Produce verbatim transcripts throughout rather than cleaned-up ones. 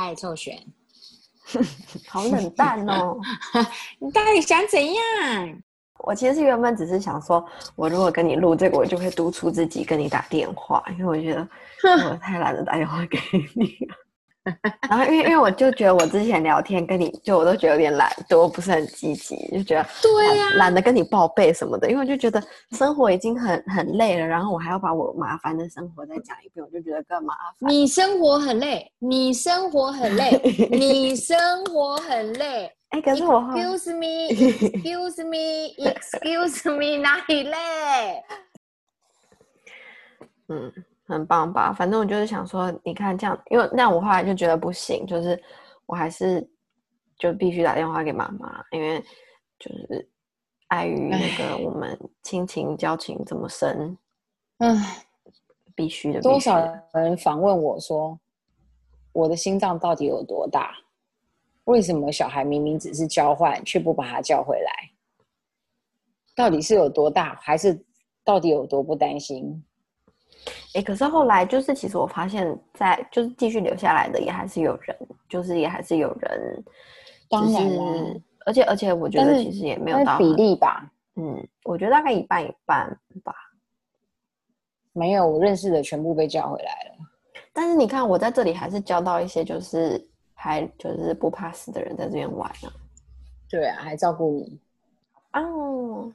嗨，臭璇， 好冷淡哦！ 你到底想怎样？ 我其实原本只是想说，我如果跟你录这个，我就会督促自己跟你打电话，因为我觉得我太懒得打电话给你了。然后因为因为我就觉得我之前聊天跟你就我都觉得有点懒惰，不是很积极，就觉得对啊， 懒得跟你报备什么的，因为我就觉得生活已经很很累了，然后我还要把我麻烦的生活再讲一遍，我就觉得更麻烦。 你生活很累，你生活很累，你生活很累。 哎，可是我 excuse me, excuse me, excuse me， 哪里累？ 嗯。很棒吧，反正我就是想说，你看这样，因为那我后来就觉得不行，就是我还是就必须打电话给妈妈，因为就是碍于那个我们亲情交情这么深，唉，必须的。 多少人访问我说，我的心脏到底有多大？为什么小孩明明只是交换，却不把他叫回来？到底是有多大，还是到底有多不担心？ 欸，可是后来就是其实我发现在就是继续留下来的也还是有人，就是也还是有人， 当然啦， 而且而且我觉得其实也没有到比例吧， 嗯，我觉得大概一半一半吧。 没有，我认识的全部被叫回来了。 但是你看我在这里还是交到一些就是还就是不怕死的人在这边玩啊。 对啊，还照顾你哦，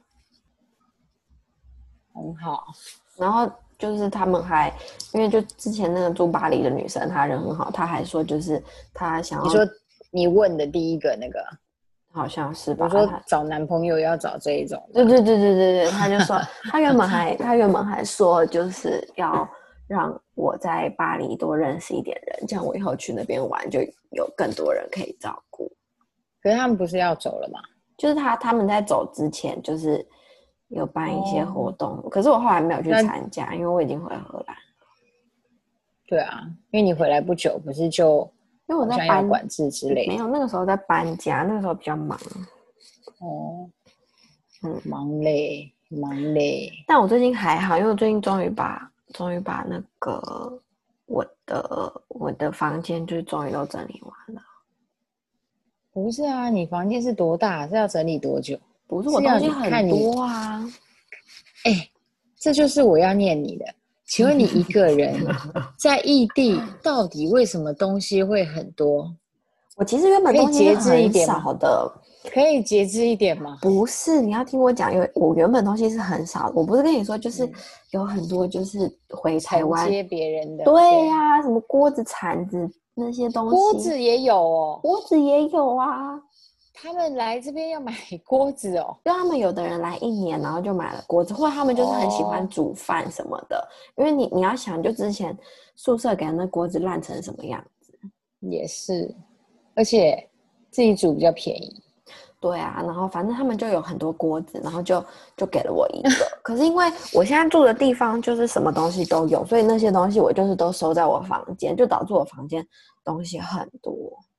很好。 然后就是他们还因为就之前那个住巴黎的女生她人很好，她还说就是她想要， 你说你问的第一个那个好像是吧， 我说找男朋友要找这一种对对对对对对，她就说她原本还她原本还说就是要让我在巴黎多认识一点人，这样我以后去那边玩就有更多人可以照顾。 可是他们不是要走了吗？ 就是他他们在走之前就是有办一些活动，哦，可是我后来没有去参加，因为我已经回荷兰。 对啊，因为你回来不久，不是就因为我在搬要管制之类的。 没有，那个时候在搬家，那个时候比较忙。 哦，嗯，忙嘞，忙嘞。 但我最近还好，因为我最近终于把终于把那个我的我的房间就是终于都整理完了。 不是啊，你房间是多大？是要整理多久？ 不是，我东西很多啊。 哎、欸，这就是我要念你的。请问你一个人在异地，到底为什么东西会很多？ 我其实原本东西很少的， 可以节制一点吗？ 不是，你要听我讲，因为我原本东西是很少的，我不是跟你说，就是有很多就是回台湾接别人的， 对呀、啊，什么锅子、铲子那些东西， 锅子也有哦， 锅子也有啊。 他们来这边要买锅子哦， 就他们有的人来一年，然后就买了锅子，或者他们就是很喜欢煮饭什么的。哦、因为你你要想，就之前宿舍给的那锅子烂成什么样子， 也是，而且自己煮比较便宜。 对啊，然后反正他们就有很多锅子，然后就就给了我一个。可是因为我现在住的地方就是什么东西都有，所以那些东西我就是都收在我房间，就导致我房间东西很多。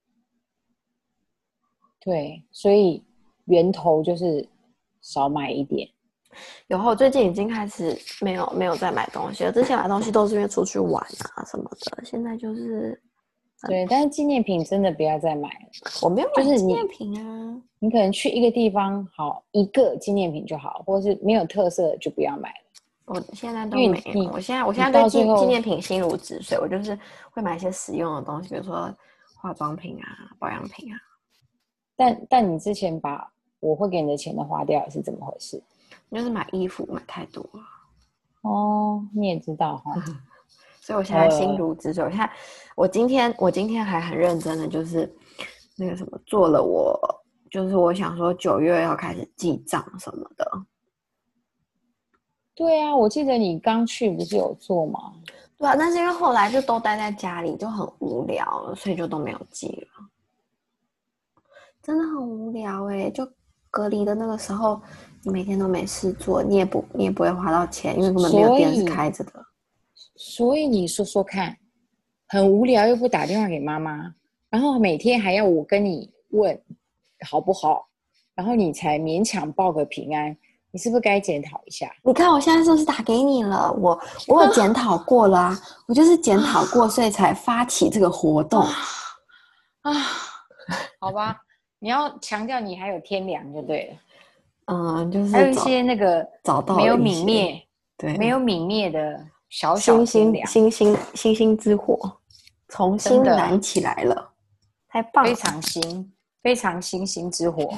对，所以源头就是少买一点。 有后最近已经开始没有没有再买东西了，之前买东西都是因为出去玩啊什么的，现在就是对，但是纪念品真的不要再买了。 我没有买纪念品啊， 你可能去一个地方，好一个纪念品就好，或是没有特色就不要买了。 我现在都没有，我现在我现在对纪纪念品心如止水，我就是会买一些实用的东西，比如说化妆品啊、保养品啊。 但但你之前把我会给你的钱都花掉是怎么回事？ 就是买衣服买太多了。 哦，你也知道哈、哦， 所以我现在心如止水。我现在我今天我今天还很认真的，就是那个什么做了我，就是我想说九月要开始记账什么的。 对啊，我记得你刚去不是有做吗？ 对啊，但是因为后来就都待在家里，就很无聊了，所以就都没有记了。真的很无聊哎、欸，就隔离的那个时候，你每天都没事做，你也不你也不会花到钱，因为根本没有电视开着的。 所以你说说看，很无聊又不打电话给妈妈，然后每天还要我跟你问好不好，然后你才勉强报个平安，你是不是该检讨一下？ 你看我现在是不是打给你了？我我有检讨过了啊，我就是检讨过，所以才发起这个活动。 啊，好吧，你要强调你还有天良就对了。 嗯，就是还有一找些那个找到没有了一些， 泯灭、 对， 没有泯灭的小小星星天良， 星星星星之火重真的新燃起来了，太棒了！ 非常星，非常星星之火。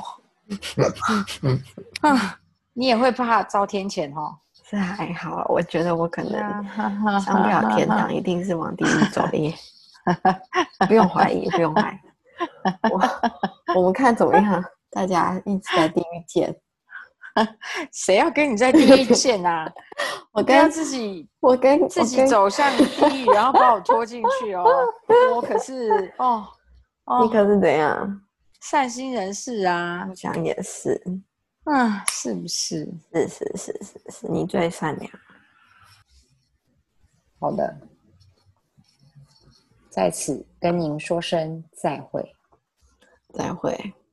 啊，你也会怕遭天谴哦？ 是还好啊，我觉得我可能哈哈哈上不了哈哈天堂，一定是往地狱走的耶。不用怀疑，不用怀疑。我我们看怎么样？大家一起在地狱见。 谁要跟你在地狱见啊？ 我不要跟自己我跟自己我跟走向地狱，然后把我拖进去哦。我可是哦哦你可是怎样？ 善心人士啊， 我想也是， 嗯，是不是？ 是是是是是，你最善良。 好的，在此跟您说声再会。 再会。